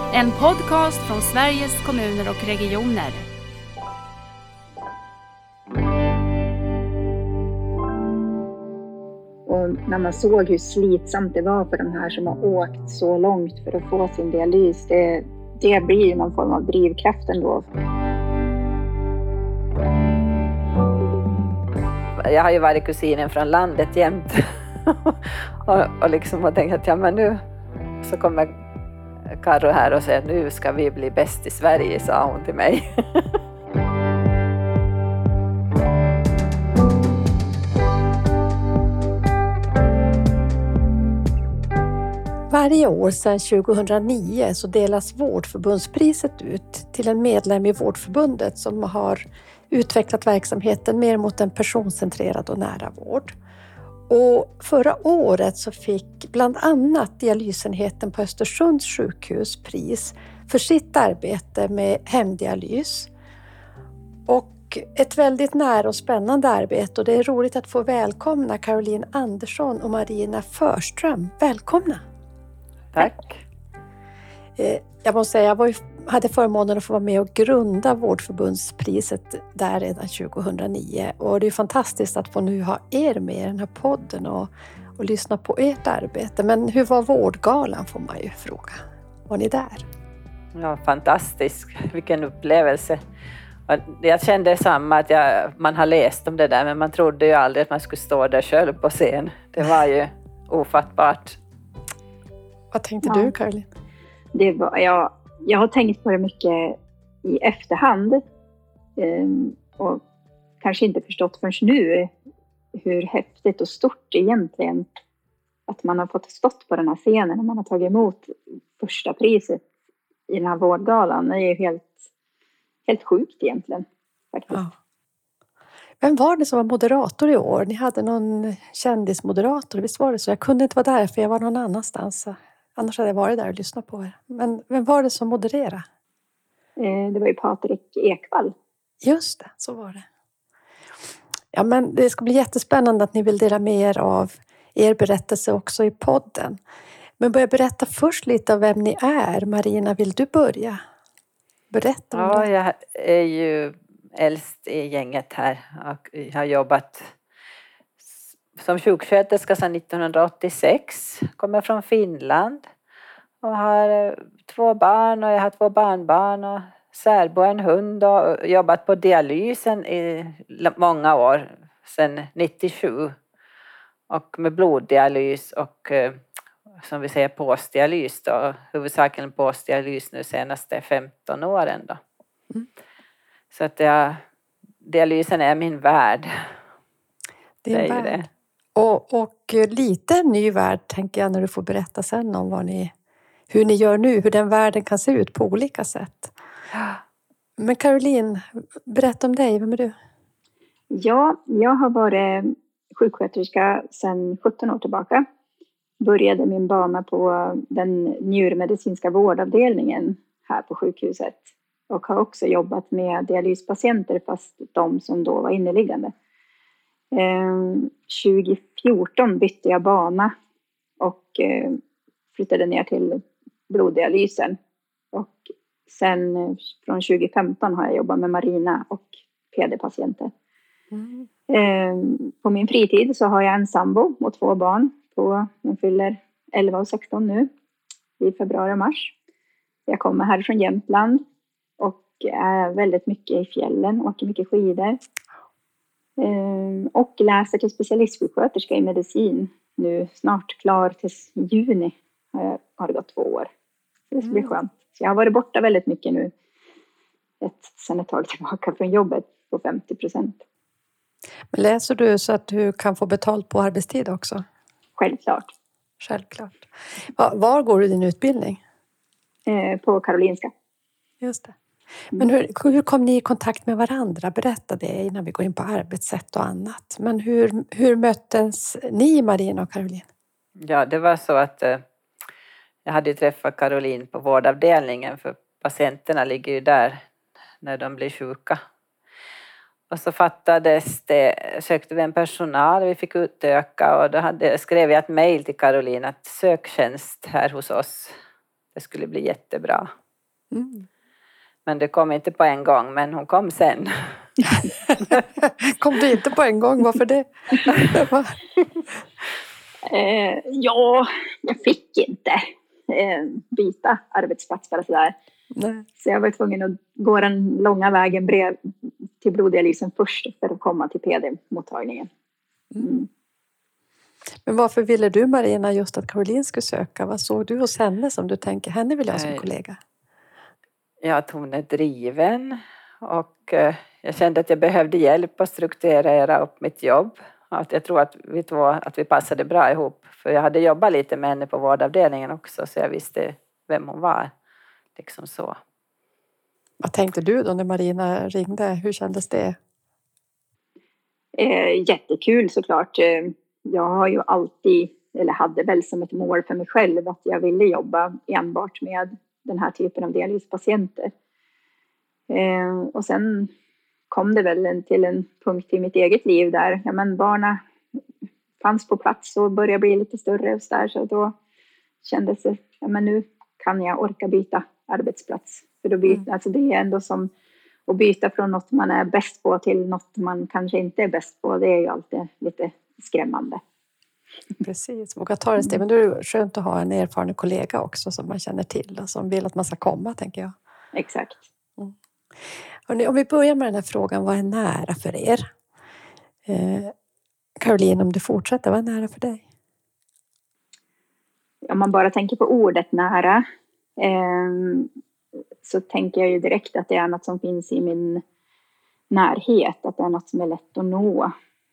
En podcast från Sveriges kommuner och regioner. Och när man såg hur slitsamt det var för de här som har åkt så långt för att få sin dialys, det blir ju någon form av drivkraft ändå. Jag har ju varit kusinen från landet jämt och liksom har tänkt att ja, men nu så kommer Karo här och säger att nu ska vi bli bäst i Sverige, sa hon till mig. Varje år sedan 2009 så delas Vårdförbundspriset ut till en medlem i Vårdförbundet som har utvecklat verksamheten mer mot en personcentrerad och nära vård. Och förra året så fick bland annat dialysenheten på Östersunds sjukhus pris för sitt arbete med hemdialys. Och ett väldigt nära och spännande arbete, och det är roligt att få välkomna Caroline Andersson och Marina Förström. Välkomna! Tack! Jag måste säga, jag hade förmånen att få vara med och grunda Vårdförbundspriset där redan 2009. Och det är fantastiskt att få nu ha er med i den här podden och lyssna på ert arbete. Men hur var vårdgalan, får man ju fråga. Var ni där? Ja, fantastisk. Vilken upplevelse. Jag kände samma, att man har läst om det där, men man trodde ju aldrig att man skulle stå där själv på scen. Det var ju ofattbart. Vad tänkte du, Caroline? Jag har tänkt på det mycket i efterhand och kanske inte förstått förrän nu hur häftigt och stort egentligen att man har fått stått på den här scenen när man har tagit emot första priset i den här vårdgalan. Det är ju helt sjukt egentligen faktiskt. Ja. Vem var det som var moderator i år? Ni hade någon kändismoderator, visst var det så? Jag kunde inte vara där för jag var någon annanstans. Annars hade jag varit där och lyssnat på er. Men vem var det som modererade? Det var ju Patrik Ekwall. Just det, så var det. Ja, men det ska bli jättespännande att ni vill dela med er av er berättelse också i podden. Men börja berätta först lite av vem ni är. Marina, vill du börja? Berätta om det. Jag är ju äldst i gänget här och jag har jobbat som sjuksköterska sedan 1986. Kommer från Finland och har 2 barn och jag har 2 barnbarn och särbo, en hund, och jobbat på dialysen i många år, sedan 97. Och med bloddialys och som vi säger postdialys då, huvudsakligen postdialys nu senaste 15 åren då. Mm. Så att dialysen är min värld. Det är värld. Det. Och lite ny värld tänker jag när du får berätta sen om hur ni gör nu, hur den världen kan se ut på olika sätt. Men Caroline, berätta om dig, vem är du? Ja, jag har varit sjuksköterska sedan 17 år tillbaka. Började min bana på den njurmedicinska vårdavdelningen här på sjukhuset. Och har också jobbat med dialyspatienter, fast de som då var inneliggande. 2014 bytte jag bana och flyttade ner till bloddialysen. Och sen från 2015 har jag jobbat med Marina och PD-patienter. På min fritid så har jag en sambo och 2 barn. De fyller 11 och 16 nu i februari och mars. Jag kommer här från Jämtland och är väldigt mycket i fjällen, åker mycket skidor. Och läser till specialistsjuksköterska i medicin. Nu snart klar till juni har det gått 2 år. Det ska bli skönt. Så jag har varit borta väldigt mycket nu. Sen ett tag tillbaka från jobbet på 50%. Men läser du så att du kan få betalt på arbetstid också? Självklart. Var går du din utbildning? På Karolinska. Just det. Men hur kom ni i kontakt med varandra? Berätta det innan vi går in på arbetssätt och annat. Men hur möttes ni, Marina och Caroline? Ja, det var så att jag hade träffat Caroline på vårdavdelningen, för patienterna ligger ju där när de blir sjuka. Och så sökte vi en personal, vi fick utöka och då skrev jag ett mejl till Caroline att söktjänst här hos oss. det skulle bli jättebra. Mm. Men det kom inte på en gång, men hon kom sen. Kom det inte på en gång? Varför det? Ja, jag fick inte byta arbetsplats bara sådär. Nej. Så jag var tvungen att gå den långa vägen till bloddialysen först för att komma till PD-mottagningen. Mm. Men varför ville du, Marina, just att Caroline skulle söka? Vad såg du hos henne som du tänker, henne vill jag ha som kollega? Ja, att hon är driven och jag kände att jag behövde hjälp att strukturera upp mitt jobb. Att jag tror att vi passade bra ihop. För jag hade jobbat lite med henne på vårdavdelningen också, så jag visste vem hon var. Liksom så. Vad tänkte du då när Marina ringde? Hur kändes det? Jättekul såklart. Jag har ju alltid, eller hade väl som ett mål för mig själv, att jag ville jobba enbart med den här typen av dialyspatienter. Och sen kom det väl till en punkt i mitt eget liv där barnen fanns på plats och började bli lite större och så då kändes det, nu kan jag orka byta arbetsplats. För då alltså det är ändå som att byta från något man är bäst på till något man kanske inte är bäst på. Det är ju alltid lite skrämmande. Precis, våga ta det steg. Men det är skönt att ha en erfaren kollega också som man känner till och som vill att man ska komma, tänker jag. Exakt. Mm. Hörrni, om vi börjar med den här frågan, vad är nära för er? Caroline, om du fortsätter, vad är nära för dig? Om man bara tänker på ordet nära så tänker jag ju direkt att det är något som finns i min närhet, att det är något som är lätt att nå.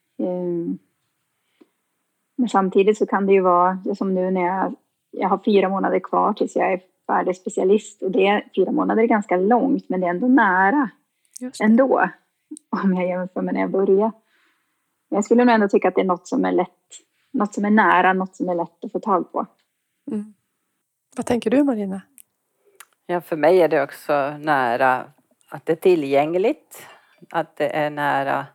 Men samtidigt så kan det ju vara som nu när jag har 4 månader kvar tills jag är färdig specialist, och det är 4 månader är ganska långt, men det är ändå nära ändå, om jag jämför med när jag började. Men jag skulle nog ändå tycka att det är något som är lätt, något som är nära, något som är lätt att få tag på. Mm. Vad tänker du, Marina? Ja, för mig är det också nära att det är tillgängligt, att det är nära.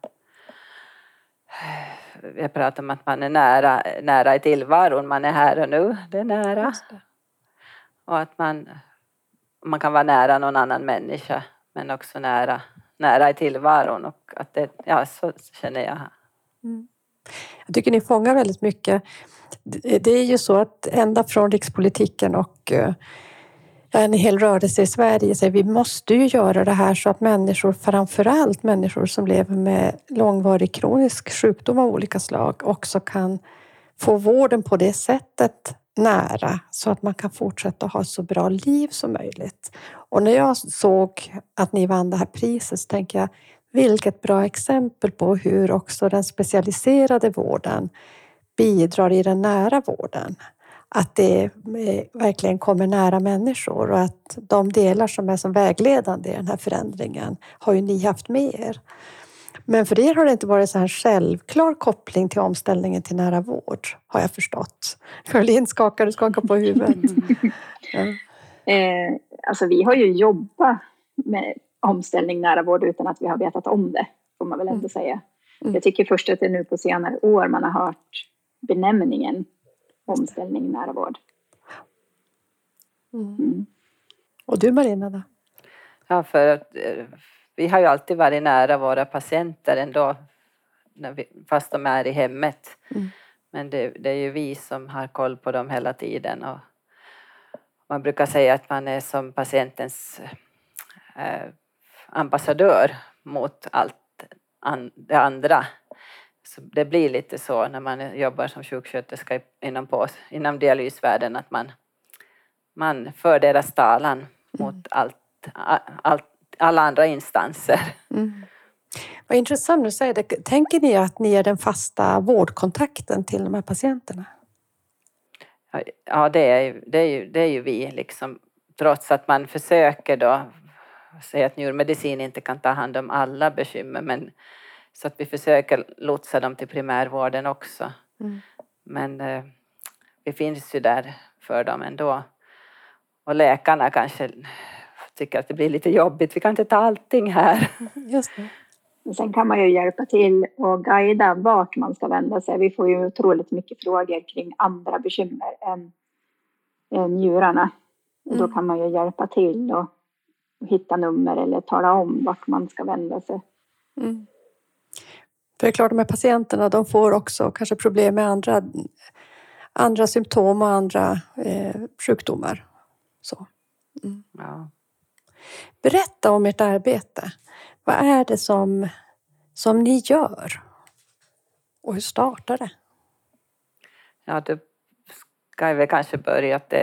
Jag pratar om att man är nära i tillvaron, man är här och nu, det är nära. Och att man kan vara nära någon annan människa, men också nära i tillvaron, och att det, ja, så känner jag. Mm. Jag tycker ni fångar väldigt mycket. Det är ju så att ända från rikspolitiken och en hel rörelse i Sverige säger vi måste ju göra det här så att människor, framförallt människor som lever med långvarig kronisk sjukdom av olika slag, också kan få vården på det sättet nära så att man kan fortsätta ha ett så bra liv som möjligt. Och när jag såg att ni vann det här priset så tänker jag, vilket bra exempel på hur också den specialiserade vården bidrar i den nära vården. Att det verkligen kommer nära människor, och att de delar som är som vägledande i den här förändringen har ju ni haft med er. Men för er har det inte varit så här självklar koppling till omställningen till nära vård, har jag förstått. Caroline skakar på huvudet. Ja. Alltså vi har ju jobbat med omställning nära vård utan att vi har vetat om det, får man väl ändå säga. Jag tycker först att det är nu på senare år man har hört benämningen omställning nära vård. Och du, Marina, då? Ja, för att vi har ju alltid varit nära våra patienter ändå, fast de är i hemmet. Men det är ju vi som har koll på dem hela tiden, och man brukar säga att man är som patientens ambassadör mot allt det andra. Så det blir lite så när man jobbar som sjuksköterska inom dialysvärlden, att man för deras talan mot alla andra instanser. Vad intressant du säger det. Tänker ni att ni är den fasta vårdkontakten till de här patienterna? Ja, det är ju vi liksom. Trots att man försöker då säga att njurmedicin inte kan ta hand om alla bekymmer, men så att vi försöker lotsa dem till primärvården också. Men vi finns ju där för dem ändå. Och läkarna kanske tycker att det blir lite jobbigt. Vi kan inte ta allting här. Just det. Sen kan man ju hjälpa till och guida vart man ska vända sig. Vi får ju otroligt mycket frågor kring andra bekymmer än njurarna. Och då kan man ju hjälpa till och hitta nummer eller tala om vart man ska vända sig. Mm. För det är klart, de här patienterna, de får också kanske problem med andra symptom och andra sjukdomar. Så. Mm. Ja. Berätta om ert arbete. Vad är det som ni gör? Och hur startar det? Ja, då ska jag väl kanske börja att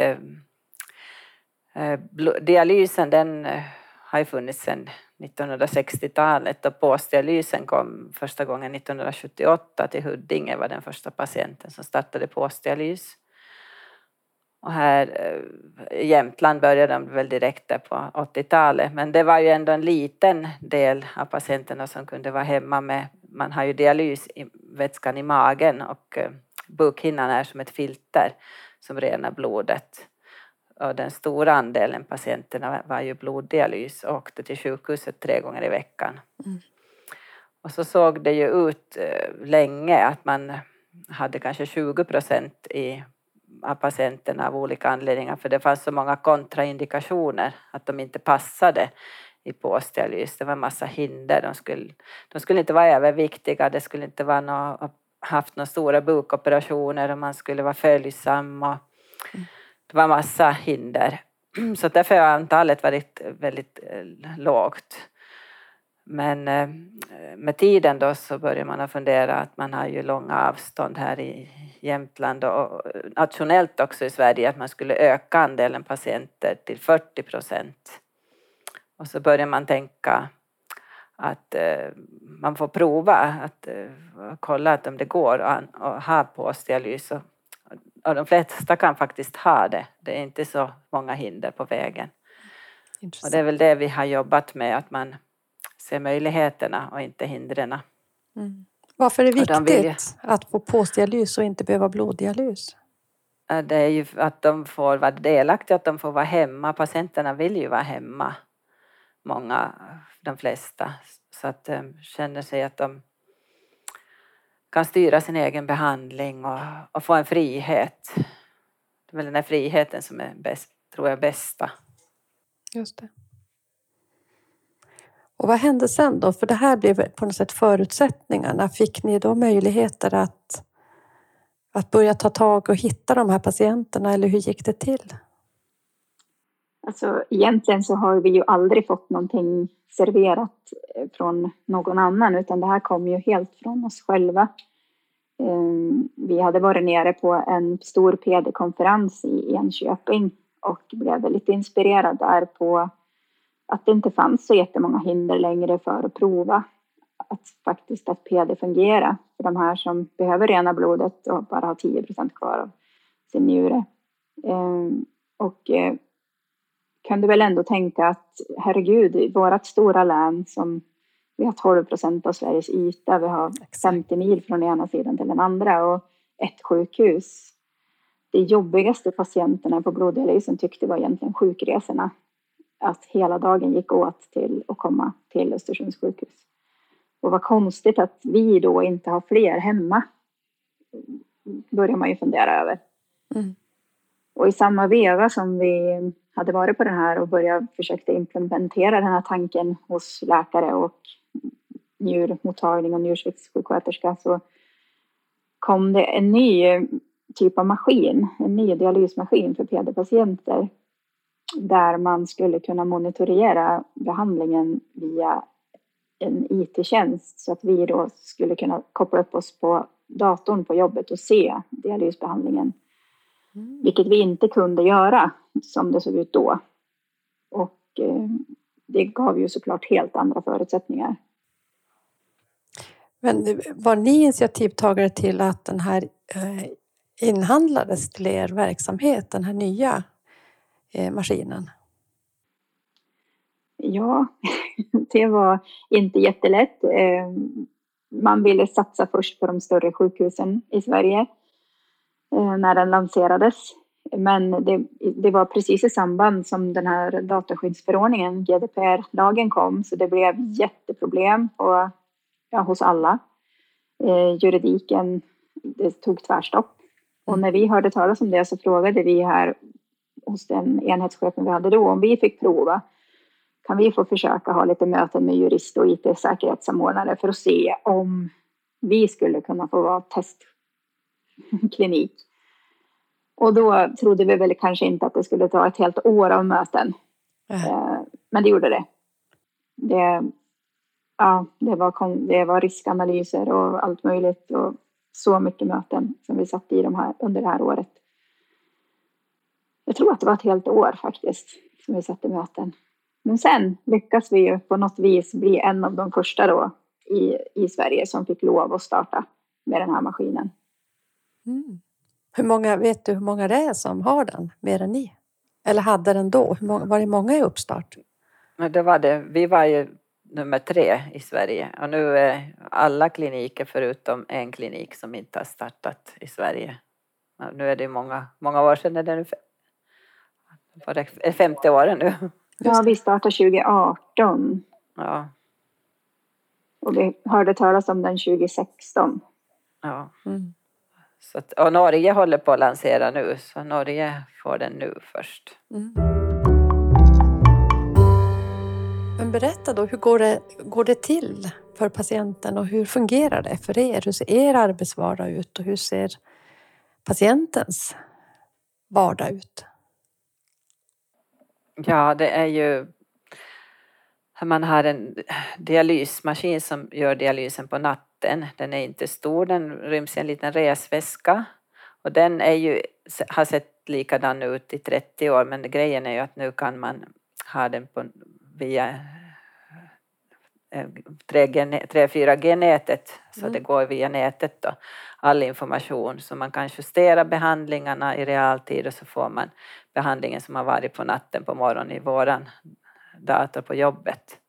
dialysen, den har ju funnits sedan 1960-talet, och påsdialysen kom första gången 1978 till Huddinge, var den första patienten som startade påsdialys. Och här i Jämtland började de väl direkt där på 80-talet, men det var ju ändå en liten del av patienterna som kunde vara hemma med, man har ju dialysvätskan i magen och bukhinnan är som ett filter som renar blodet. Och den stora andelen patienterna var ju bloddialys och åkte till sjukhuset 3 gånger i veckan. Mm. Och så såg det ju ut länge att man hade kanske 20% av patienterna av olika anledningar, för det fanns så många kontraindikationer att de inte passade i påsdialys. Det var en massa hinder. De skulle inte vara överviktiga, det skulle inte vara haft några stora bukoperationer och man skulle vara följsam och det var massa hinder. Så därför har antalet varit väldigt lågt. Men med tiden då så börjar man att fundera att man har ju långa avstånd här i Jämtland och nationellt också i Sverige, att man skulle öka andelen patienter till 40%. Och så börjar man tänka att man får prova att kolla att om det går att ha påsdialys. Och de flesta kan faktiskt ha det. Det är inte så många hinder på vägen. Och det är väl det vi har jobbat med, att man ser möjligheterna och inte hindren. Mm. Varför är det viktigt att få påsdialys och inte behöva bloddialys? Det är ju att de får vara delaktiga, att de får vara hemma. Patienterna vill ju vara hemma. De flesta. Så att de känner sig att de kan styra sin egen behandling och få en frihet. Det är väl den här friheten som är tror jag bästa. Just det. Och vad hände sen då? För det här blev på något sätt förutsättningarna. Fick ni då möjligheter att börja ta tag och hitta de här patienterna, eller hur gick det till? Alltså egentligen så har vi ju aldrig fått någonting serverat från någon annan, utan det här kom ju helt från oss själva. Vi hade varit nere på en stor PD-konferens i Enköping och blev väldigt inspirerad där på att det inte fanns så jättemånga hinder längre för att prova att PD fungerar för de här som behöver rena blodet och bara har 10% kvar av sin njure. Och kan du väl ändå tänka att herregud, i vårt stora län som vi har 12% av Sveriges yta, vi har 50 mil från ena sidan till den andra och ett sjukhus. Det jobbigaste patienterna på bloddialysen tyckte var egentligen sjukresorna. Att hela dagen gick åt till att komma till Östersunds sjukhus. Och vad konstigt att vi då inte har fler hemma. Börjar man ju fundera över. Mm. Och i samma veva som vi hade varit på den här och försökte implementera den här tanken hos läkare och njurmottagning och njursviktssjuksköterska, så kom det en ny typ av maskin, en ny dialysmaskin för PD-patienter där man skulle kunna monitorera behandlingen via en IT-tjänst, så att vi då skulle kunna koppla upp oss på datorn på jobbet och se dialysbehandlingen. Vilket vi inte kunde göra som det såg ut då. Och det gav ju såklart helt andra förutsättningar. Men var ni initiativtagare till att den här inhandlades till er verksamhet, den här nya maskinen? Ja, det var inte jättelätt. Man ville satsa först på de större sjukhusen i Sverige när den lanserades. Men det var precis i samband som den här dataskyddsförordningen, GDPR-lagen kom, så det blev jätteproblem hos alla. Juridiken, det tog tvärstopp. Och när vi hörde talas om det så frågade vi här hos den enhetschefen vi hade då, om vi fick prova, kan vi få försöka ha lite möten med jurist och IT-säkerhetssamordnare för att se om vi skulle kunna få vara testklinik. Och då trodde vi väl kanske inte att det skulle ta ett helt år av möten. Men det gjorde det. Det var riskanalyser och allt möjligt och så mycket möten som vi satt i under det här året. Jag tror att det var ett helt år faktiskt som vi satt i möten. Men sen lyckas vi ju på något vis bli en av de första då i Sverige som fick lov att starta med den här maskinen. Mm. Vet du hur många det är som har den, mer än ni? Eller hade den då? Var det många i uppstart? Men vi var ju nummer 3 i Sverige. Och nu är alla kliniker förutom en klinik som inte har startat i Sverige. Nu är det många år sedan. Är det 50 år nu. Ja, vi startade 2018. Ja. Och vi hörde talas om den 2016. Ja. Och Norge håller på att lansera nu. Så Norge får den nu först. Men berätta då, hur går det till för patienten och hur fungerar det för er? Hur ser er arbetsvardag ut och hur ser patientens vardag ut? Ja, det är ju... Man har en dialysmaskin som gör dialysen på natten. Den är inte stor, den ryms i en liten resväska. Och den har sett likadan ut i 30 år. Men grejen är ju att nu kan man ha den via 3-4G-nätet. Så det går via nätet då. All information. Så man kan justera behandlingarna i realtid och så får man behandlingen som har varit på natten på morgonen i våran dator på jobbet.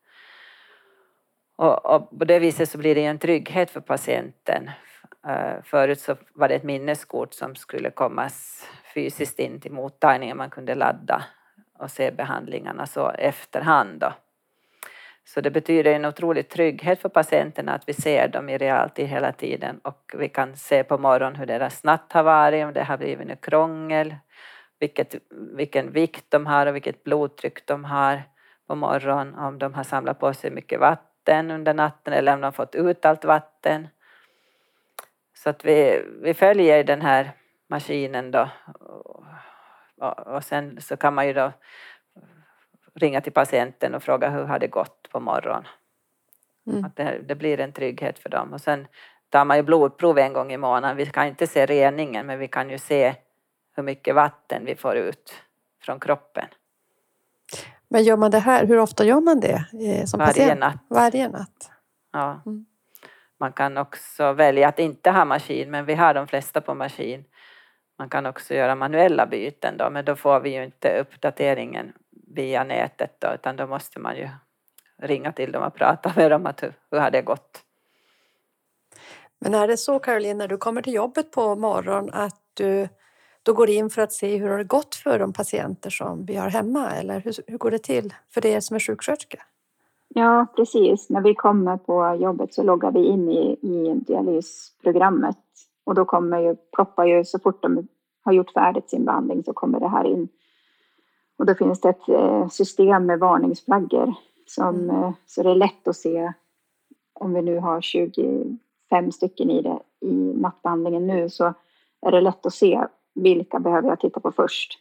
Och på det viset så blir det en trygghet för patienten. Förut så var det ett minneskort som skulle komma fysiskt in till mottagningen. Man kunde ladda och se behandlingarna så efterhand då. Så det betyder en otrolig trygghet för patienterna att vi ser dem i realtid hela tiden. Och vi kan se på morgonen hur deras natt har varit, om det har blivit en krångel. Vilken vikt de har och vilket blodtryck de har på morgonen. Om de har samlat på sig mycket vatten under natten eller om de har fått ut allt vatten. Så att vi följer den här maskinen då. Och sen så kan man ju då ringa till patienten och fråga hur har det gått på morgonen. Att det blir en trygghet för dem. Och sen tar man ju blodprov en gång i månaden. Vi kan inte se reningen men vi kan ju se hur mycket vatten vi får ut från kroppen. Men gör man det här, hur ofta gör man det som patient? Natt. Varje natt. Ja. Man kan också välja att inte ha maskin, men vi har de flesta på maskin. Man kan också göra manuella byten då, men då får vi ju inte uppdateringen via nätet då, utan då måste man ju ringa till dem och prata med dem att hur har det gått. Men är det så, Caroline, när du kommer till jobbet på morgonen att du då går in för att se hur det har gått för de patienter som vi har hemma? Eller hur går det till för er som är sjuksköterska? Ja, precis. När vi kommer på jobbet så loggar vi in i dialysprogrammet. Och då ploppar ju så fort de har gjort färdigt sin behandling så kommer det här in. Och då finns det ett system med varningsflaggor. Så det är lätt att se om vi nu har 25 stycken i nattbehandlingen nu så är det lätt att se vilka behöver jag titta på först.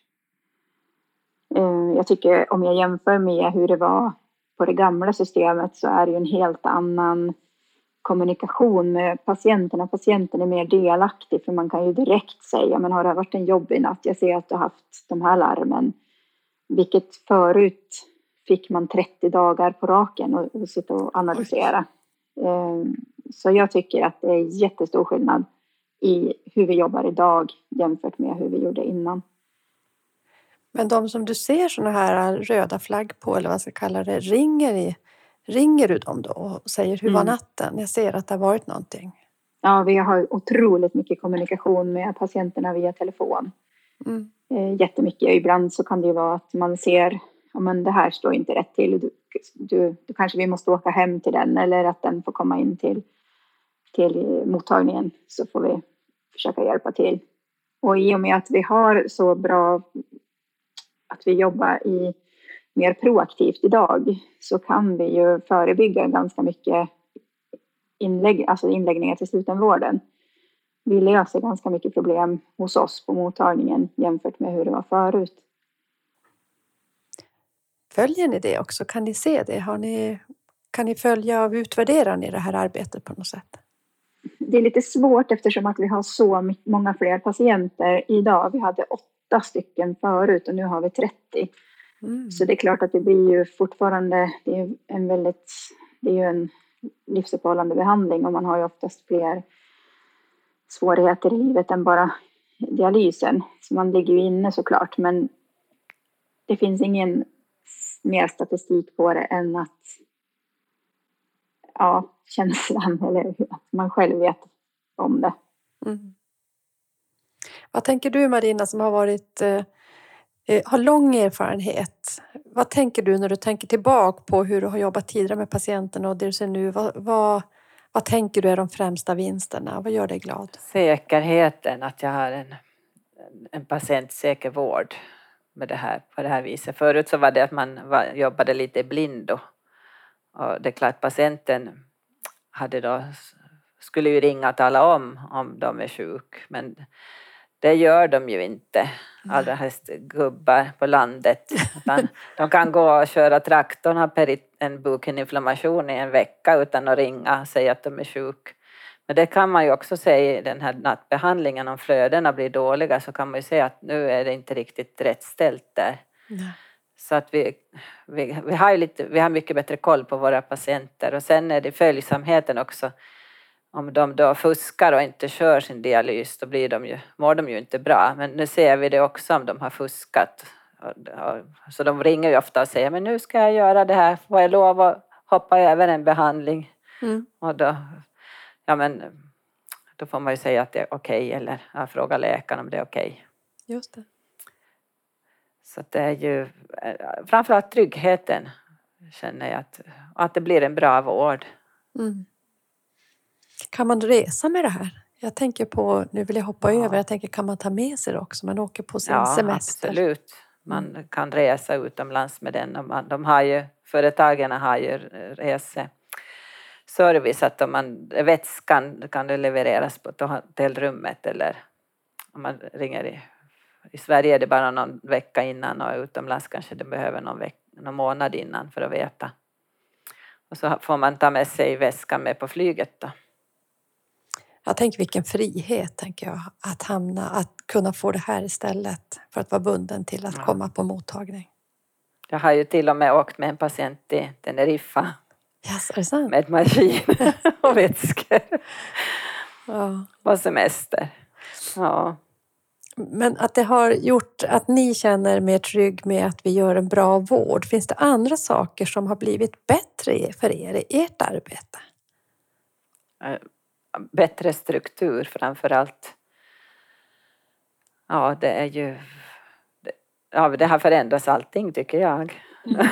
Jag tycker om jag jämför med hur det var på det gamla systemet så är det ju en helt annan kommunikation med patienterna. Patienten är mer delaktig för man kan ju direkt säga men har det varit en jobbig natt? Jag ser att du har haft de här larmen. Vilket förut fick man 30 dagar på raken och sitta och analysera. Så jag tycker att det är jättestor skillnad i hur vi jobbar idag jämfört med hur vi gjorde innan. Men de som du ser såna här röda flagg på, eller vad ska jag kalla det, ringer du dem då och säger hur var natten? Jag ser att det har varit någonting. Ja, vi har otroligt mycket kommunikation med patienterna via telefon. Jättemycket. Ibland så kan det ju vara att man ser men det här står inte rätt till. Du kanske vi måste åka hem till den eller att den får komma in till mottagningen så får vi försöka hjälpa till. Och i och med att vi har så bra att vi jobbar mer proaktivt idag, så kan vi ju förebygga ganska mycket inläggningar till slutenvården. Vi löser ganska mycket problem hos oss på mottagningen jämfört med hur det var förut. Följer ni det också? Kan ni se det? Kan ni följa och utvärdera ni det här arbetet på något sätt? Det är lite svårt eftersom att vi har så många fler patienter idag. Vi hade 8 stycken förut och nu har vi 30. Så det är klart att det blir ju fortfarande, det är ju en livsuppehållande behandling och man har ju oftast fler svårigheter i livet än bara dialysen. Så man ligger ju inne såklart, men det finns ingen mer statistik på det än att känslan eller att man själv vet om det. Vad tänker du, Marina, som har lång erfarenhet? Vad tänker du när du tänker tillbaka på hur du har jobbat tidigare med patienterna och det du ser nu? Vad tänker du är de främsta vinsterna? Vad gör dig glad? Säkerheten, att jag har en patientsäker vård på det här viset. Förut så var det att man jobbade lite blindo. Och det är klart, patienten skulle ju ringa och tala om de är sjuk. Men det gör de ju inte. Allra helst gubbar på landet. De kan gå och köra traktorn och ha en bukinflammation i en vecka utan att ringa och säga att de är sjuk. Men det kan man ju också säga i den här nattbehandlingen, om flödena blir dåliga så kan man ju säga att nu är det inte riktigt rätt ställt där. Så att vi har mycket bättre koll på våra patienter. Och sen är det följsamheten också. Om de då fuskar och inte kör sin dialys, då mår de ju inte bra. Men nu ser vi det också om de har fuskat. Så de ringer ju ofta och säger, men nu ska jag göra det här. Får jag lov att hoppa över en behandling? Och då får man ju säga att det är okej. Eller fråga läkaren om det är okej. Just det. Så det är ju framförallt tryggheten, känner jag, att det blir en bra vård. Kan man resa med det här? Jag tänker på, nu vill jag hoppa över, kan man ta med sig det också? Man åker på sin semester. Ja, absolut. Man kan resa utomlands med den. Företagen har ju reseservice, att vätskan kan det levereras på hotellrummet, eller om man ringer i Sverige är det bara någon vecka innan och utomlands kanske det behöver någon månad innan för att veta. Och så får man ta med sig väskan med på flyget då. Jag tänker vilken frihet, tänker jag, att kunna få det här istället för att vara bunden till att komma på mottagning. Jag har ju till och med åkt med en patient till Teneriffa. Yes, är det sant? Med maskin och vätskor. På semester. Ja. Men att det har gjort att ni känner mer trygg med att vi gör en bra vård. Finns det andra saker som har blivit bättre för er i ert arbete? Bättre struktur framförallt. Ja, det är ju... det har förändrats allting, tycker jag.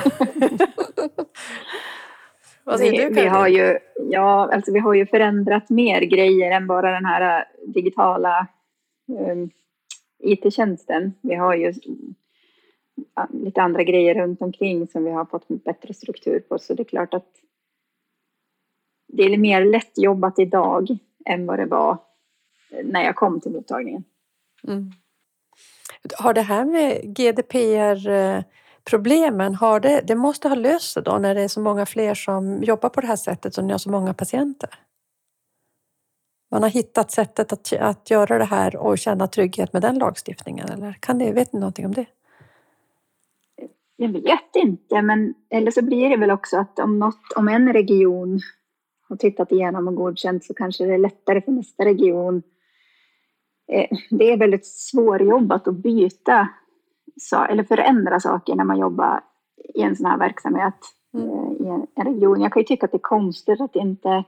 Vi har ju förändrat mer grejer än bara den här digitala IT-tjänsten. Vi har ju lite andra grejer runt omkring som vi har fått bättre struktur på. Så det är klart att det är mer lätt jobbat idag än vad det var när jag kom till mottagningen. Har det här med GDPR-problemen, det måste ha löst sig då när det är så många fler som jobbar på det här sättet och ni har så många patienter? Man har hittat sättet att göra det här och känna trygghet med den lagstiftningen, eller vet ni någonting om det? Jag vet inte, men eller så blir det väl också att om en region har tittat igenom och godkänt så kanske det är lättare för nästa region. Det är väldigt svårjobbat att byta eller förändra saker när man jobbar i en sån här verksamhet i en region. Jag kan ju tycka att det är konstigt att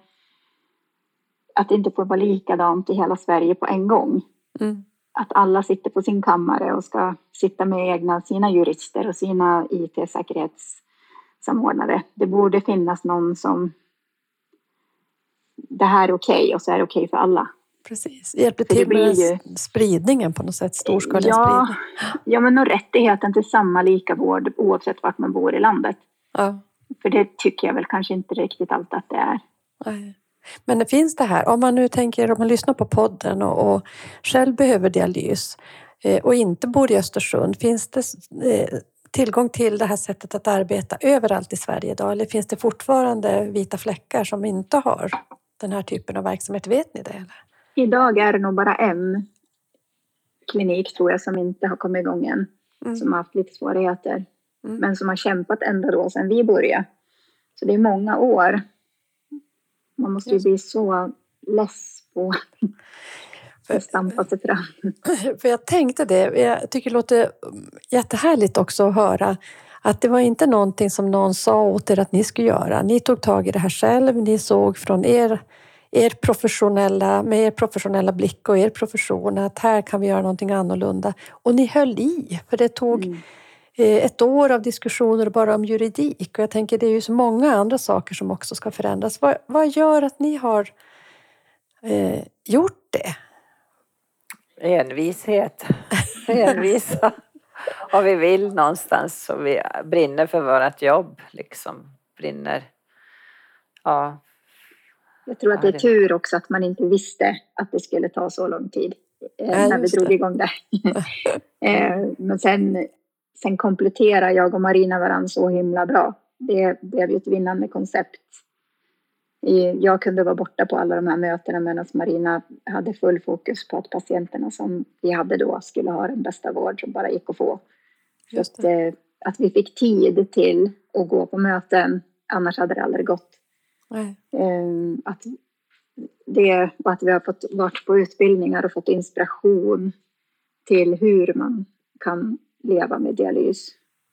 det inte får vara likadant i hela Sverige på en gång. Att alla sitter på sin kammare och ska sitta med sina jurister och sina IT-säkerhetssamordnare. Det borde finnas någon som det här är okej och så är det okej för alla. Precis. Hjälper För det till med blir ju- spridningen på något sätt, storskalig Ja, spridning. ja, men och rättigheten till samma lika vård oavsett vart man bor i landet. Ja. För det tycker jag väl kanske inte riktigt alltid att det är. Nej. Men det finns det här, om man nu tänker, om man lyssnar på podden och själv behöver dialys och inte bor i Östersund, finns det tillgång till det här sättet att arbeta överallt i Sverige idag? Eller finns det fortfarande vita fläckar som inte har den här typen av verksamhet? Vet ni det? Eller? Idag är det nog bara en klinik tror jag som inte har kommit igång än. Som har haft lite svårigheter. Men som har kämpat ända då sedan vi började. Så det är många år. Man måste ju bli så less på att stampa sig fram. För jag tänkte det, jag tycker det låter jättehärligt också att höra att det var inte någonting som någon sa åt er att ni skulle göra. Ni tog tag i det här själv, ni såg från er professionella blick och er profession att här kan vi göra någonting annorlunda. Och ni höll i, för det tog ett år av diskussioner bara om juridik. Och jag tänker det är ju så många andra saker som också ska förändras. Vad gör att ni har gjort det? Envishet. Envisa. Och vi vill någonstans, så vi brinner för vårt jobb. Liksom. Brinner. Ja. Jag tror att det är tur också att man inte visste att det skulle ta så lång tid. När vi drog igång det. Men sen kompletterar jag och Marina varandra så himla bra. Det blev ju ett vinnande koncept. Jag kunde vara borta på alla de här mötena medan Marina hade full fokus på att patienterna som vi hade då skulle ha den bästa vård som bara gick att få. Just det. Att vi fick tid till att gå på möten, annars hade det aldrig gått. Nej. Att vi har fått varit på utbildningar och fått inspiration till hur man kan leva med dialys.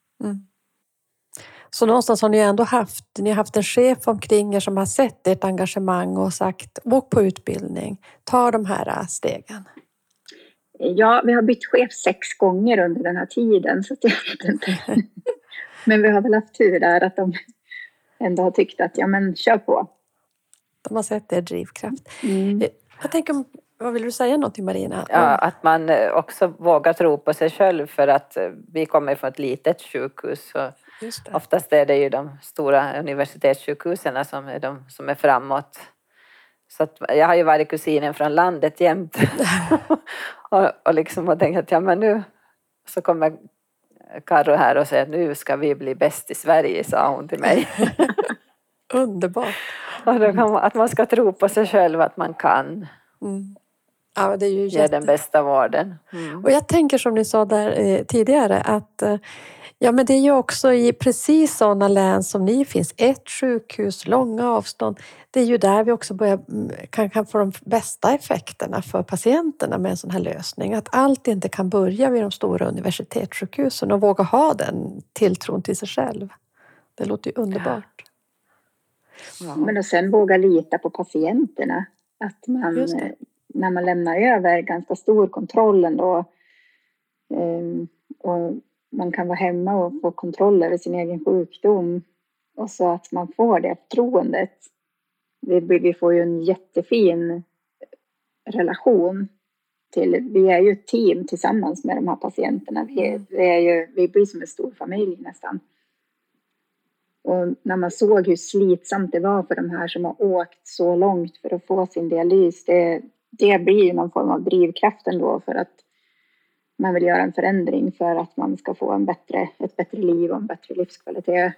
Så någonstans har ni ändå haft en chef omkring er som har sett ert engagemang och sagt åk på utbildning, ta de här stegen. Ja, vi har bytt chef 6 gånger under den här tiden så jag vet inte. Men vi har väl haft tur där att de ändå har tyckt att ja men kör på. De har sett er drivkraft. Jag tänker, vad vill du säga någonting Marina? Ja, att man också vågar tro på sig själv, för att vi kommer från ett litet sjukhus. Och oftast är det ju de stora universitetssjukhusen som är framåt. Så att jag har ju varit kusinen från landet jämt. och liksom har tänkt att ja men nu så kommer Karo här och säger att nu ska vi bli bäst i Sverige, sa hon till mig. Underbart. Och då kan att man ska tro på sig själv att man kan. Ja, det är ju ge den bästa vården. Och jag tänker som ni sa där tidigare att ja, men det är ju också i precis sådana län som ni finns, ett sjukhus, långa avstånd. Det är ju där vi också kan få de bästa effekterna för patienterna med en sån här lösning. Att allt inte kan börja vid de stora universitetssjukhusen och våga ha den tilltron till sig själv. Det låter ju underbart. Ja. Men och sen våga lita på patienterna. Att man, när man lämnar över ganska stor kontroll ändå, och man kan vara hemma och få kontroll över sin egen sjukdom. Och så att man får det förtroendet. Vi får ju en jättefin relation till. Vi är ju ett team tillsammans med de här patienterna. Vi blir som en stor familj nästan. Och när man såg hur slitsamt det var för de här som har åkt så långt för att få sin dialys. Det blir ju någon form av drivkraft ändå för att man vill göra en förändring för att man ska få ett bättre liv och en bättre livskvalitet.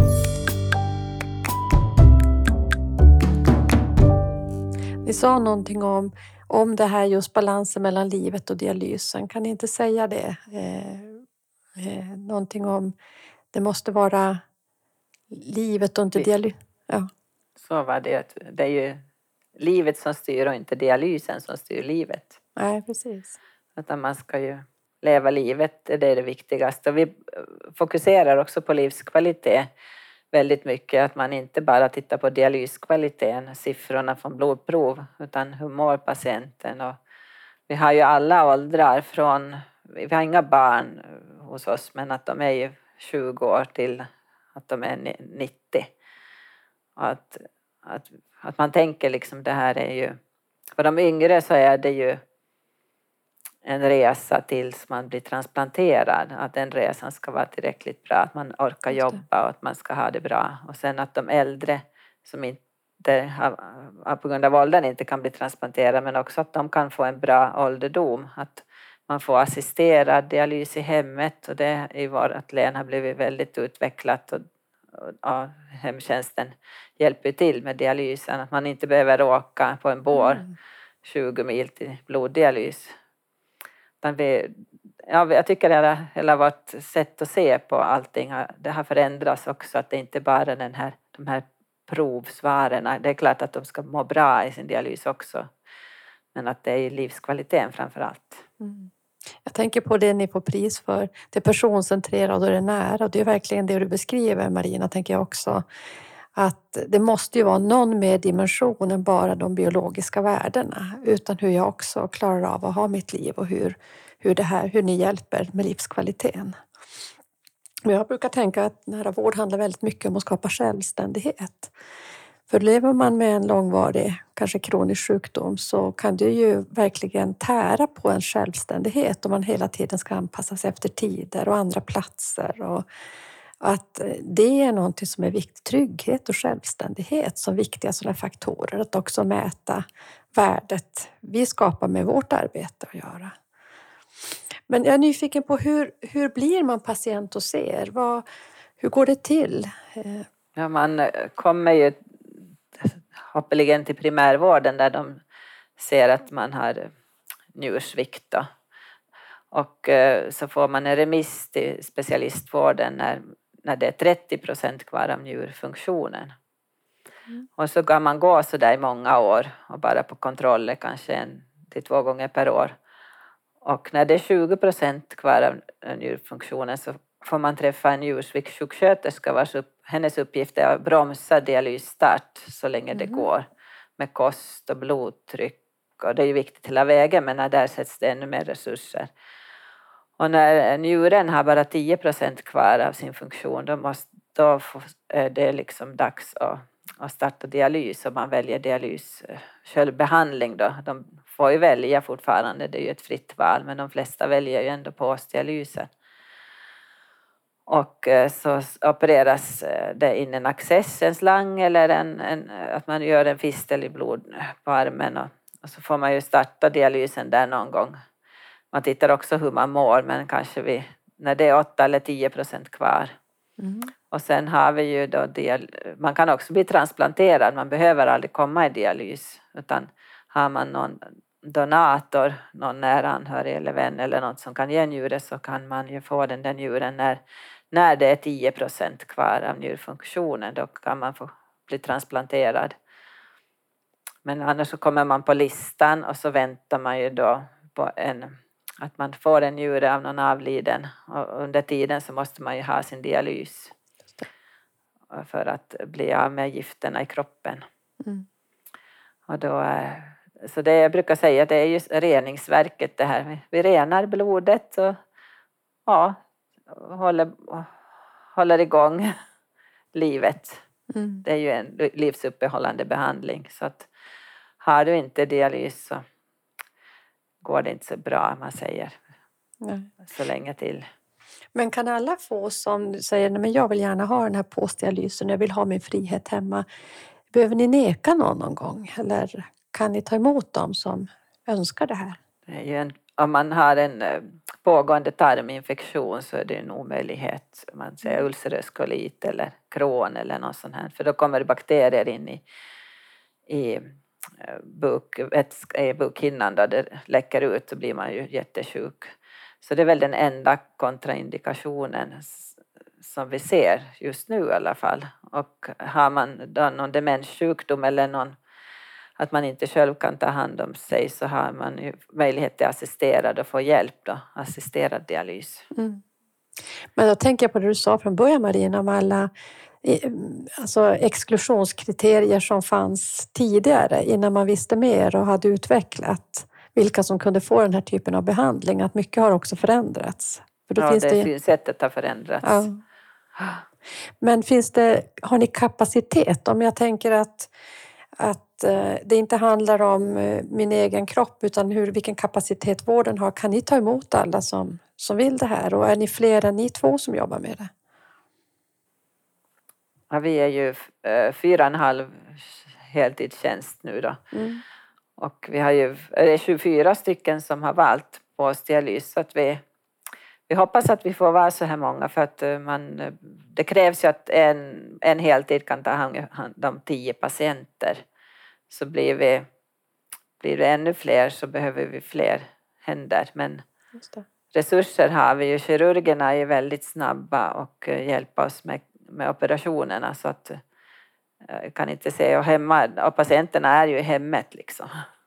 Ni sa någonting om det här just balansen mellan livet och dialysen. Kan ni inte säga det? Någonting om det måste vara livet och inte dialys. Ja. Så var det. Det är ju livet som styr och inte dialysen som styr livet. Nej, precis. Utan man ska ju leva livet, det är det viktigaste. Och vi fokuserar också på livskvalitet väldigt mycket. Att man inte bara tittar på dialyskvaliteten, siffrorna från blodprov, utan hur mår patienten. Och vi har ju alla åldrar vi har inga barn hos oss, men att de är ju 20 år till att de är 90. Och att man tänker liksom det här är ju För de yngre så är det ju en resa tills man blir transplanterad. Att den resan ska vara tillräckligt bra. Att man orkar jobba och att man ska ha det bra. Och sen att de äldre som inte har på grund av åldern inte kan bli transplanterade. Men också att de kan få en bra ålderdom. Att man får assisterad dialys i hemmet. Och det i vårt län har blivit väldigt utvecklat. Och hemtjänsten hjälper till med dialysen. Att man inte behöver åka på en bår 20 mil till bloddialys. Jag tycker det hela vårt sätt att se på allting det har förändrats också. Att det inte bara är de här provsvaren. Det är klart att de ska må bra i sin dialys också. Men att det är livskvaliteten framför allt. Mm. Jag tänker på det ni får pris för. Det personcentrerade och det nära. Och det är verkligen det du beskriver, Marina, tänker jag också. Att det måste ju vara någon mer dimension än bara de biologiska värdena. Utan hur jag också klarar av att ha mitt liv och hur ni hjälper med livskvaliteten. Men jag brukar tänka att nära vård handlar väldigt mycket om att skapa självständighet. För lever man med en långvarig, kanske kronisk sjukdom, så kan det ju verkligen tära på en självständighet om man hela tiden ska anpassa sig efter tider och andra platser. Och att det är någonting som är viktigt. Trygghet och självständighet som viktiga sådana faktorer. Att också mäta värdet vi skapar med vårt arbete att göra. Men jag är nyfiken på hur blir man patient och ser? Hur går det till? Ja, man kommer ju hoppeligen till primärvården där de ser att man har njursvikt då. Och så får man en remiss till specialistvården när det är 30% kvar av njurfunktionen. Och så kan man gå så där i många år och bara på kontroller kanske 1 till 2 gånger per år. Och när det är 20% kvar av njurfunktionen så får man träffa en njursviktssjuksköterska hennes uppgift är att bromsa dialysstart så länge det går med kost och blodtryck. Och det är ju viktigt hela vägen, men där sätts det ännu mer resurser. Och när njuren har bara 10% kvar av sin funktion då är det liksom dags att starta dialys. Och man väljer dialys självbehandling då. De får ju välja fortfarande, det är ju ett fritt val, men de flesta väljer ju ändå postdialysen. Och så opereras det in en access, en slang eller att man gör en fistel i blod på armen. Och så får man ju starta dialysen där någon gång. Man tittar också hur man mår, men kanske när det är 8 eller 10% kvar. Och sen har vi ju då man kan också bli transplanterad, man behöver aldrig komma i dialys. Utan har man någon donator, någon nära anhörig eller vän eller något som kan ge njure, så kan man ju få den där njuren när det är 10% kvar av njurfunktionen. Då kan man få bli transplanterad. Men annars så kommer man på listan och så väntar man ju då på att man får en njure av någon avliden. Och under tiden så måste man ju ha sin dialys för att bli av med gifterna i kroppen. Och då, så det jag brukar säga, det är ju reningsverket det här. Vi renar blodet och håller igång livet. Det är ju en livsuppehållande behandling. Så att har du inte dialys så går det inte så bra, man säger. Så länge till. Men kan alla få som säger, nej men jag vill gärna ha den här postdialysen, jag vill ha min frihet hemma. Behöver ni neka någon gång? Eller kan ni ta emot dem som önskar det här? Det är ju om man har en pågående tarminfektion så är det en omöjlighet. Man säger ulcerös kolit eller Crohn eller något sånt här. För då kommer det bakterier in i bukhinnan då det läcker ut, så blir man ju jättesjuk. Så det är väl den enda kontraindikationen som vi ser just nu i alla fall. Och har man då någon demenssjukdom eller att man inte själv kan ta hand om sig, så har man ju möjlighet till assisterad och få hjälp då, assisterad dialys. Men då tänker jag på det du sa från början, Marina, om alla exklusionskriterier som fanns tidigare innan man visste mer och hade utvecklat vilka som kunde få den här typen av behandling, att mycket har också förändrats. För då finns det synsättet har förändrats. Men har ni kapacitet? Om jag tänker att det inte handlar om min egen kropp utan vilken kapacitet vården har. Kan ni ta emot alla som vill det här? Och är ni fler än ni 2 som jobbar med det? Ja, vi är ju 4,5 heltidstjänst nu då. Och vi har ju 24 stycken som har valt på ostealys. Så att vi hoppas att vi får vara så här många, för att det krävs ju att en heltid kan ta hand om 10 patienter. Så blir det ännu fler så behöver vi fler händer. Men resurser har vi ju. Kirurgerna är väldigt snabba och hjälper oss med operationerna, så att jag kan inte säga, och patienterna är ju i hemmet liksom.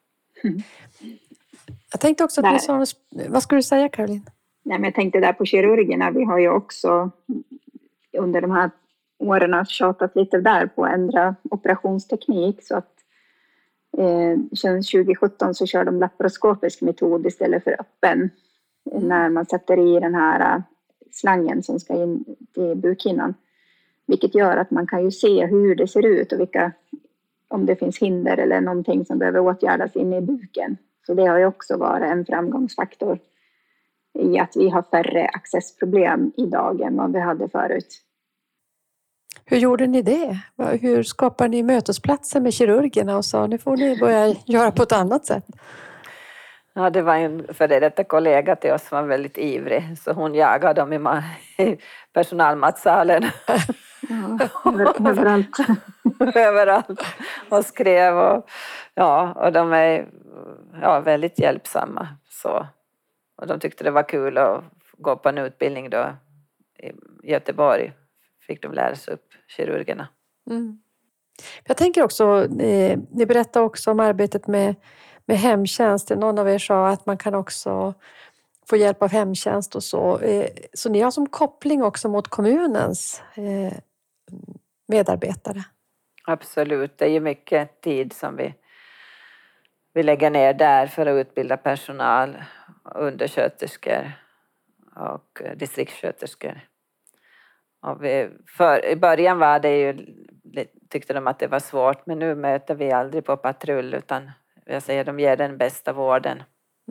Jag tänkte också att vad skulle du säga, Caroline? Nej, men jag tänkte där på kirurgerna, vi har ju också under de här åren tjatat lite där på att ändra operationsteknik, så att sedan 2017 så kör de laparoskopisk metod istället för öppen, när man sätter i den här slangen som ska in i bukhinnan. Vilket gör att man kan ju se hur det ser ut och om det finns hinder eller någonting som behöver åtgärdas inne i buken. Så det har ju också varit en framgångsfaktor i att vi har färre accessproblem idag än vad vi hade förut. Hur gjorde ni det? Hur skapar ni mötesplatser med kirurgerna och sa nu får ni börja göra på ett annat sätt? Ja, det var en före detta kollega till oss som var väldigt ivrig, så hon jagade dem i personalmatsalen. Ja, överallt. Överallt. Och skrev och de är väldigt hjälpsamma. Så. Och de tyckte det var kul att gå på en utbildning då i Göteborg. Fick de lära sig upp kirurgerna. Jag tänker också, ni berättar också om arbetet med hemtjänst. Någon av er sa att man kan också få hjälp av hemtjänst och så. Så ni har som koppling också mot kommunens medarbetare? Absolut, det är ju mycket tid som vi lägger ner där för att utbilda personal, undersköterskor och distriktssköterskor. Och i början var det ju, tyckte de att det var svårt, men nu möter vi aldrig på patrull, utan jag säger de ger den bästa vården.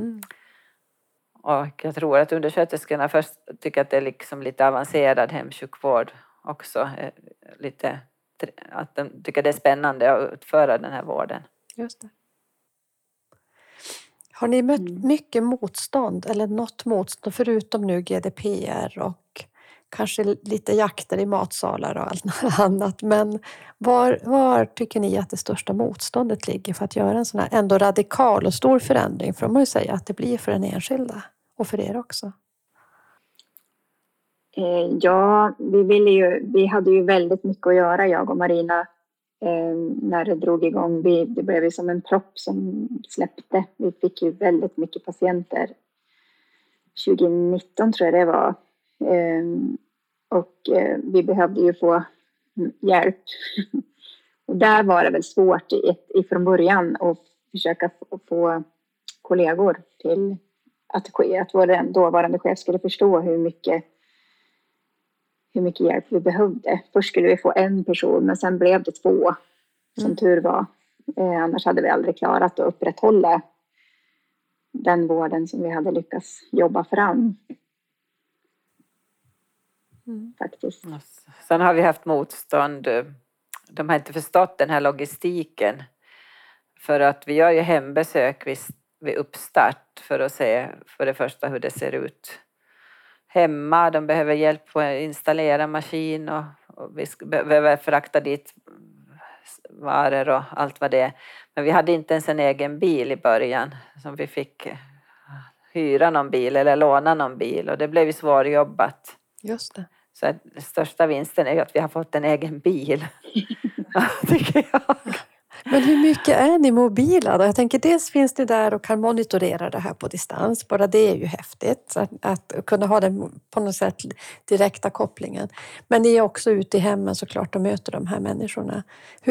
Och jag tror att undersköterskorna först tycker att det är liksom lite avancerad hemsjukvård också. Att de tycker det är spännande att utföra den här vården. Just det. Har ni mött mycket motstånd eller något motstånd förutom nu GDPR och kanske lite jakter i matsalar och allt annat? Men var tycker ni att det största motståndet ligger för att göra en sån här ändå radikal och stor förändring? För man ju säga att det blir för den enskilda och för er också. Ja, vi hade ju väldigt mycket att göra, jag och Marina, när det drog igång. Det blev ju som en propp som släppte. Vi fick ju väldigt mycket patienter. 2019 tror jag det var. Och vi behövde ju få hjälp. Och där var det väl svårt ifrån början att försöka få kollegor till att vår dåvarande chef skulle förstå hur mycket hjälp vi behövde. Först skulle vi få en person, men sen blev det 2, som tur var. Annars hade vi aldrig klarat att upprätthålla den vården som vi hade lyckats jobba fram. Faktiskt. Sen har vi haft motstånd. De har inte förstått den här logistiken. För att vi gör ju hembesök vid uppstart för att se för det första hur det ser ut hemma. De behöver hjälp att installera maskin och vi behöver frakta dit varor och allt vad det är. Men vi hade inte ens en egen bil i början, som vi fick hyra någon bil eller låna någon bil, och det blev ju svårjobbat. Just det. Så största vinsten är ju att vi har fått en egen bil, tycker jag. Men hur mycket är ni mobila då? Jag tänker dels finns ni där och kan monitorera det här på distans. Bara det är ju häftigt att kunna ha den på något sätt direkta kopplingen. Men ni är också ute i hemmen såklart och möter de här människorna.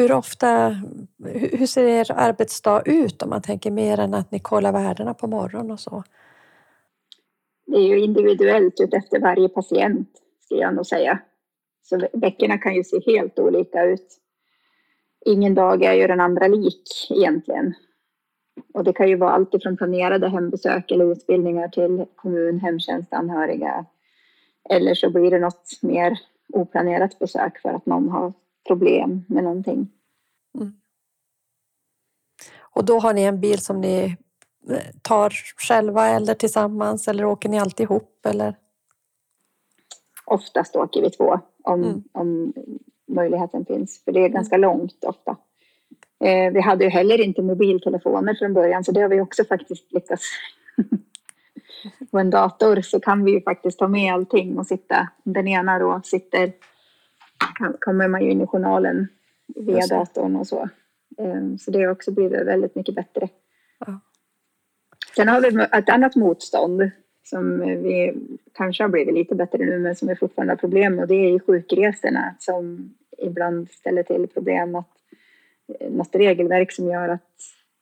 Hur ser er arbetsdag ut om man tänker mer än att ni kollar värdena på morgonen och så? Det är ju individuellt ut efter varje patient, ska jag nog säga. Så veckorna kan ju se helt olika ut. ingen dag är ju den andra lik egentligen. Och det kan ju vara allt ifrån planerade hembesök eller utbildningar till kommun, hemtjänst, anhöriga. Eller så blir det något mer oplanerat besök för att någon har problem med någonting. Mm. Och då har ni en bil som ni tar själva eller tillsammans, eller åker ni alltid ihop? Eller? Oftast åker vi 2 om möjligheten finns. För det är ganska långt ofta. Vi hade ju heller inte mobiltelefoner från början, så det har vi också faktiskt lyckats. På en dator så kan vi ju faktiskt ta med allting och sitta. Den ena då kommer man ju in i journalen via datorn och så. Så det har också blivit väldigt mycket bättre. Ja. Sen har vi ett annat motstånd som vi kanske har blivit lite bättre nu, men som är fortfarande problem, och det är ju sjukresorna som ibland ställer till problem. Att något regelverk som gör att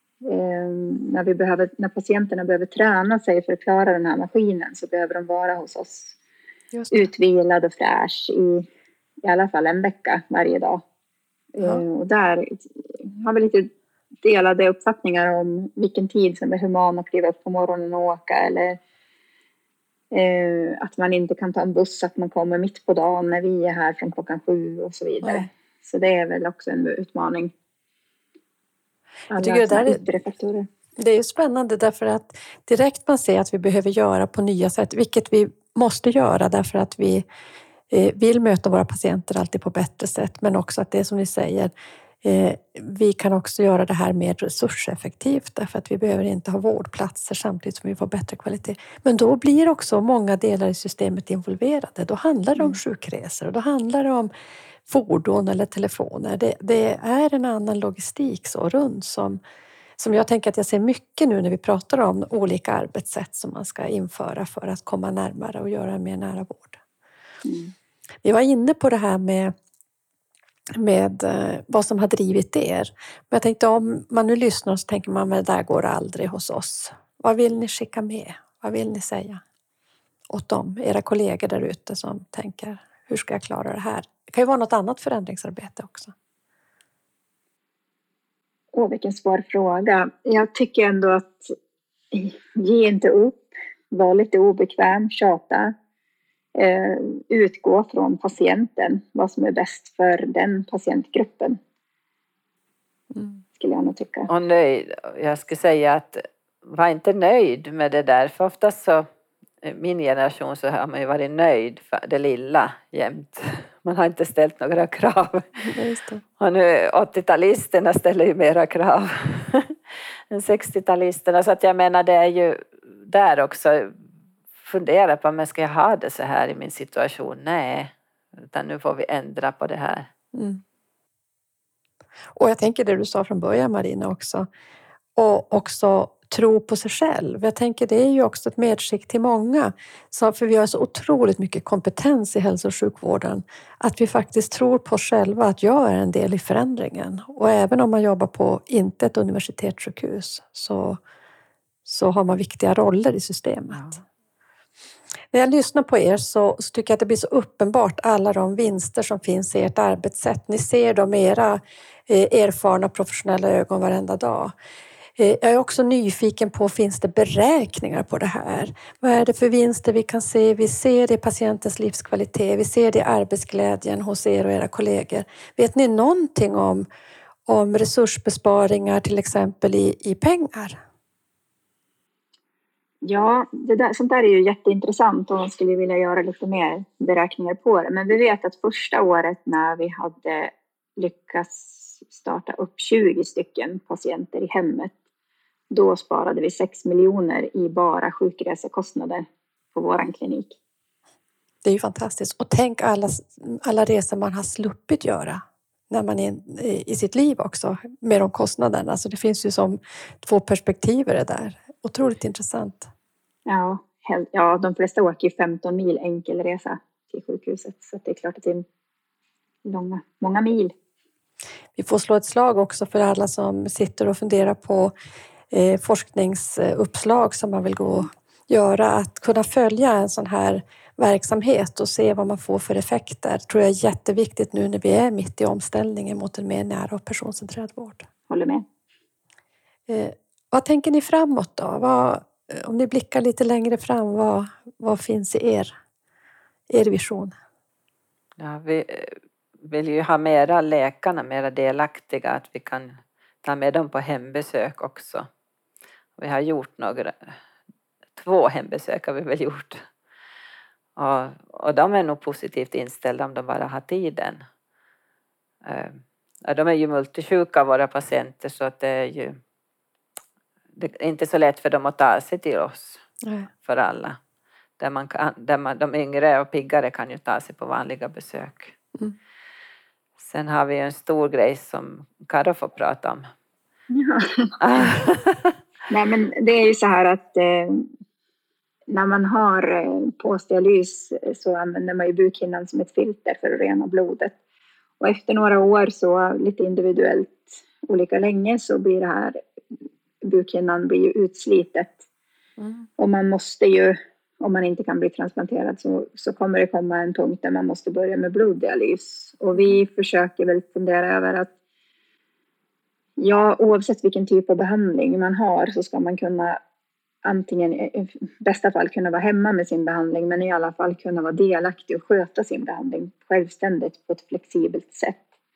när patienterna behöver träna sig för att klara den här maskinen, så behöver de vara hos oss utvilad och fräsch i alla fall en vecka varje dag. Och där har vi lite delade uppfattningar om vilken tid som är human att kliva upp på morgonen och åka, eller att man inte kan ta en buss, att man kommer mitt på dagen när vi är här från 7:00 och så vidare. Ja. Så det är väl också en utmaning. Jag tycker det är ju spännande, därför att direkt man ser att vi behöver göra på nya sätt, vilket vi måste göra därför att vi vill möta våra patienter alltid på bättre sätt, men också att det som ni säger, vi kan också göra det här mer resurseffektivt, därför att vi behöver inte ha vårdplatser samtidigt som vi får bättre kvalitet. Men då blir också många delar i systemet involverade. Då handlar det om sjukresor och då handlar det om fordon eller telefoner. Det är en annan logistik så runt som jag tänker att jag ser mycket nu när vi pratar om olika arbetssätt som man ska införa för att komma närmare och göra en mer nära vård. Vi var inne på det här med vad som har drivit er. Men jag tänkte, om man nu lyssnar så tänker man, men det där går aldrig hos oss. Vad vill ni skicka med? Vad vill ni säga åt dem, era kollegor där ute som tänker, hur ska jag klara det här? Det kan ju vara något annat förändringsarbete också. Vilken svår fråga. Jag tycker ändå att ge inte upp, var lite obekväm, tjata. Utgå från patienten, vad som är bäst för den patientgruppen. Skulle jag nog tycka. Och nöjd. Jag skulle säga att var inte nöjd med det där, för oftast så min generation så har man ju varit nöjd för det lilla jämt. Man har inte ställt några krav. Och nu 80-talisterna ställer ju mera krav än 60-talisterna, så att jag menar, det är ju där också fundera på, men ska jag ha det så här i min situation? Nej, utan nu får vi ändra på det här. Och jag tänker det du sa från början, Marina, också. Och också tro på sig själv. Jag tänker det är ju också ett medskick till många. För vi har så otroligt mycket kompetens i hälso- och sjukvården. Att vi faktiskt tror på oss själva att jag är en del i förändringen. Och även om man jobbar på inte ett universitetssjukhus så har man viktiga roller i systemet. Ja. När jag lyssnar på er så tycker jag att det blir så uppenbart alla de vinster som finns i ert arbetssätt. Ni ser dem med era erfarna professionella ögon varenda dag. Jag är också nyfiken på, finns det beräkningar på det här? Vad är det för vinster vi kan se? Vi ser det i patientens livskvalitet, vi ser det i arbetsglädjen hos er och era kollegor. Vet ni någonting om resursbesparingar till exempel i pengar? Ja, sånt där är ju jätteintressant och man skulle vilja göra lite mer beräkningar på det. Men vi vet att första året när vi hade lyckats starta upp 20 stycken patienter i hemmet, då sparade vi 6 miljoner i bara sjukresekostnader på våran klinik. Det är ju fantastiskt. Och tänk alla resor man har sluppit göra när man är i sitt liv också med de kostnaderna. Så det finns ju som 2 perspektiv i det där. Otroligt intressant. Ja, de flesta åker ju 15 mil enkelresa till sjukhuset. Så det är klart att det är många mil. Vi får slå ett slag också för alla som sitter och funderar på forskningsuppslag som man vill gå och göra. Att kunna följa en sån här verksamhet och se vad man får för effekter. Det tror jag är jätteviktigt nu när vi är mitt i omställningen mot en mer nära och personcentrerad vård. Håller med. Vad tänker ni framåt då? Om ni blickar lite längre fram, vad finns i er vision? Ja, vi vill ju ha mera läkarna, mera delaktiga, att vi kan ta med dem på hembesök också. Vi har gjort 2 hembesök har vi väl gjort. Och de är nog positivt inställda om de bara har tiden. De är ju multisjuka, våra patienter, så att det är inte så lätt för dem att ta sig till oss. Nej. För alla. De yngre och piggare kan ju ta sig på vanliga besök. Mm. Sen har vi en stor grej som Karo får prata om. Ja. Nej, men det är ju så här att när man har postdialys så använder man ju bukhinnan som ett filter för att rena blodet. Och efter några år, så lite individuellt olika länge, så blir det här, bukhinnan blir ju utslitet. Mm. Och man måste ju, om man inte kan bli transplanterad, så kommer det komma en punkt där man måste börja med bloddialys. Och vi försöker väl fundera över att oavsett vilken typ av behandling man har, så ska man kunna antingen i bästa fall kunna vara hemma med sin behandling, men i alla fall kunna vara delaktig och sköta sin behandling självständigt på ett flexibelt sätt.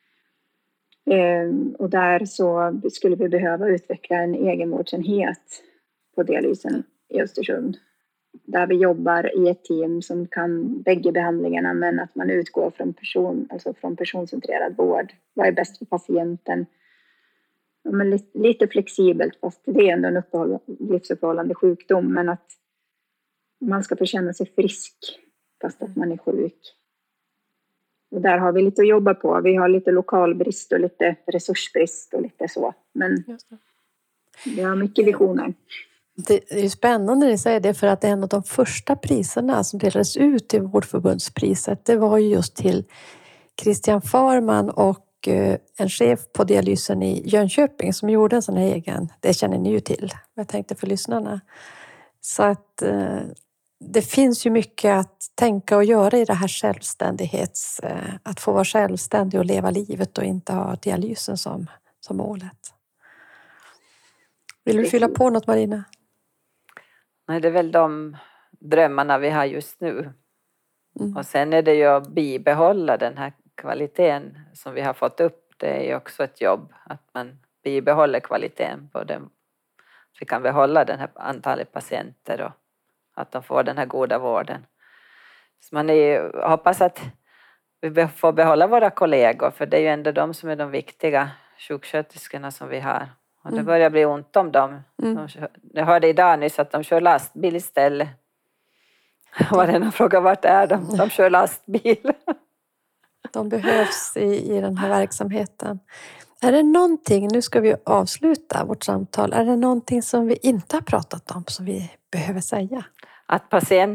Och där så skulle vi behöva utveckla en egenvårdsenhet på dialysen i Östersund. Där vi jobbar i ett team som kan bägge behandlingarna, men att man utgår från personcentrerad vård. Vad är bäst för patienten? Ja, men lite flexibelt, fast det är ändå en livsuppehållande sjukdom. Men att man ska få känna sig frisk fast att man är sjuk. Och där har vi lite att jobba på. Vi har lite lokalbrist och lite resursbrist och lite så. Men vi har mycket visioner. Det är ju spännande när ni säger det, för att en av de första priserna som delades ut i Vårdförbundspriset, det var ju just till Christian Farman och en chef på dialysen i Jönköping som gjorde en sån här egen, det känner ni ju till, jag tänkte för lyssnarna. Så att det finns ju mycket att tänka och göra i det här att få vara självständig och leva livet och inte ha dialysen som målet. Vill du fylla på något, Marina? Nej, det är väl de drömmarna vi har just nu. Mm. Och sen är det ju att bibehålla den här kvaliteten som vi har fått upp. Det är ju också ett jobb att man bibehåller kvaliteten på den. Vi kan behålla den här antalet patienter och att de får den här goda vården. Så man hoppas att vi får behålla våra kollegor, för det är ju ändå de som är de viktiga sjuksköterskorna som vi har. Och det börjar bli ont om dem. Jag hörde idag nyss att de kör lastbil istället. Var det någon fråga, vart är de? De kör lastbil. De behövs i den här verksamheten. Är det någonting, nu ska vi avsluta vårt samtal, är det någonting som vi inte har pratat om som vi behöver säga? Att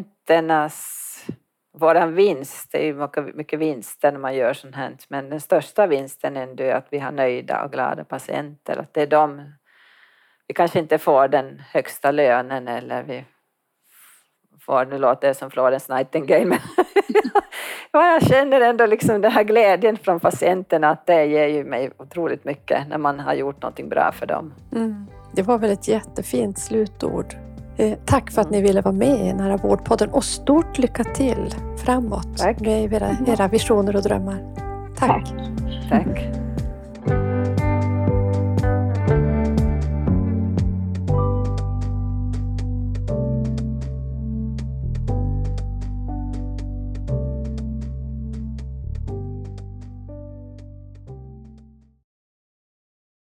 våran vinst, det är ju mycket vinster när man gör sånt här, men den största vinsten är ändå att vi har nöjda och glada patienter. Att det är vi kanske inte får den högsta lönen, eller vi får, nu låter det som Florence Nightingale, men jag känner ändå liksom den här glädjen från patienterna, att det ger ju mig otroligt mycket när man har gjort någonting bra för dem. Det var väl ett jättefint slutord. Tack för att ni ville vara med i Nära vårdpodden, och stort lycka till framåt med era visioner och drömmar. Tack. Tack.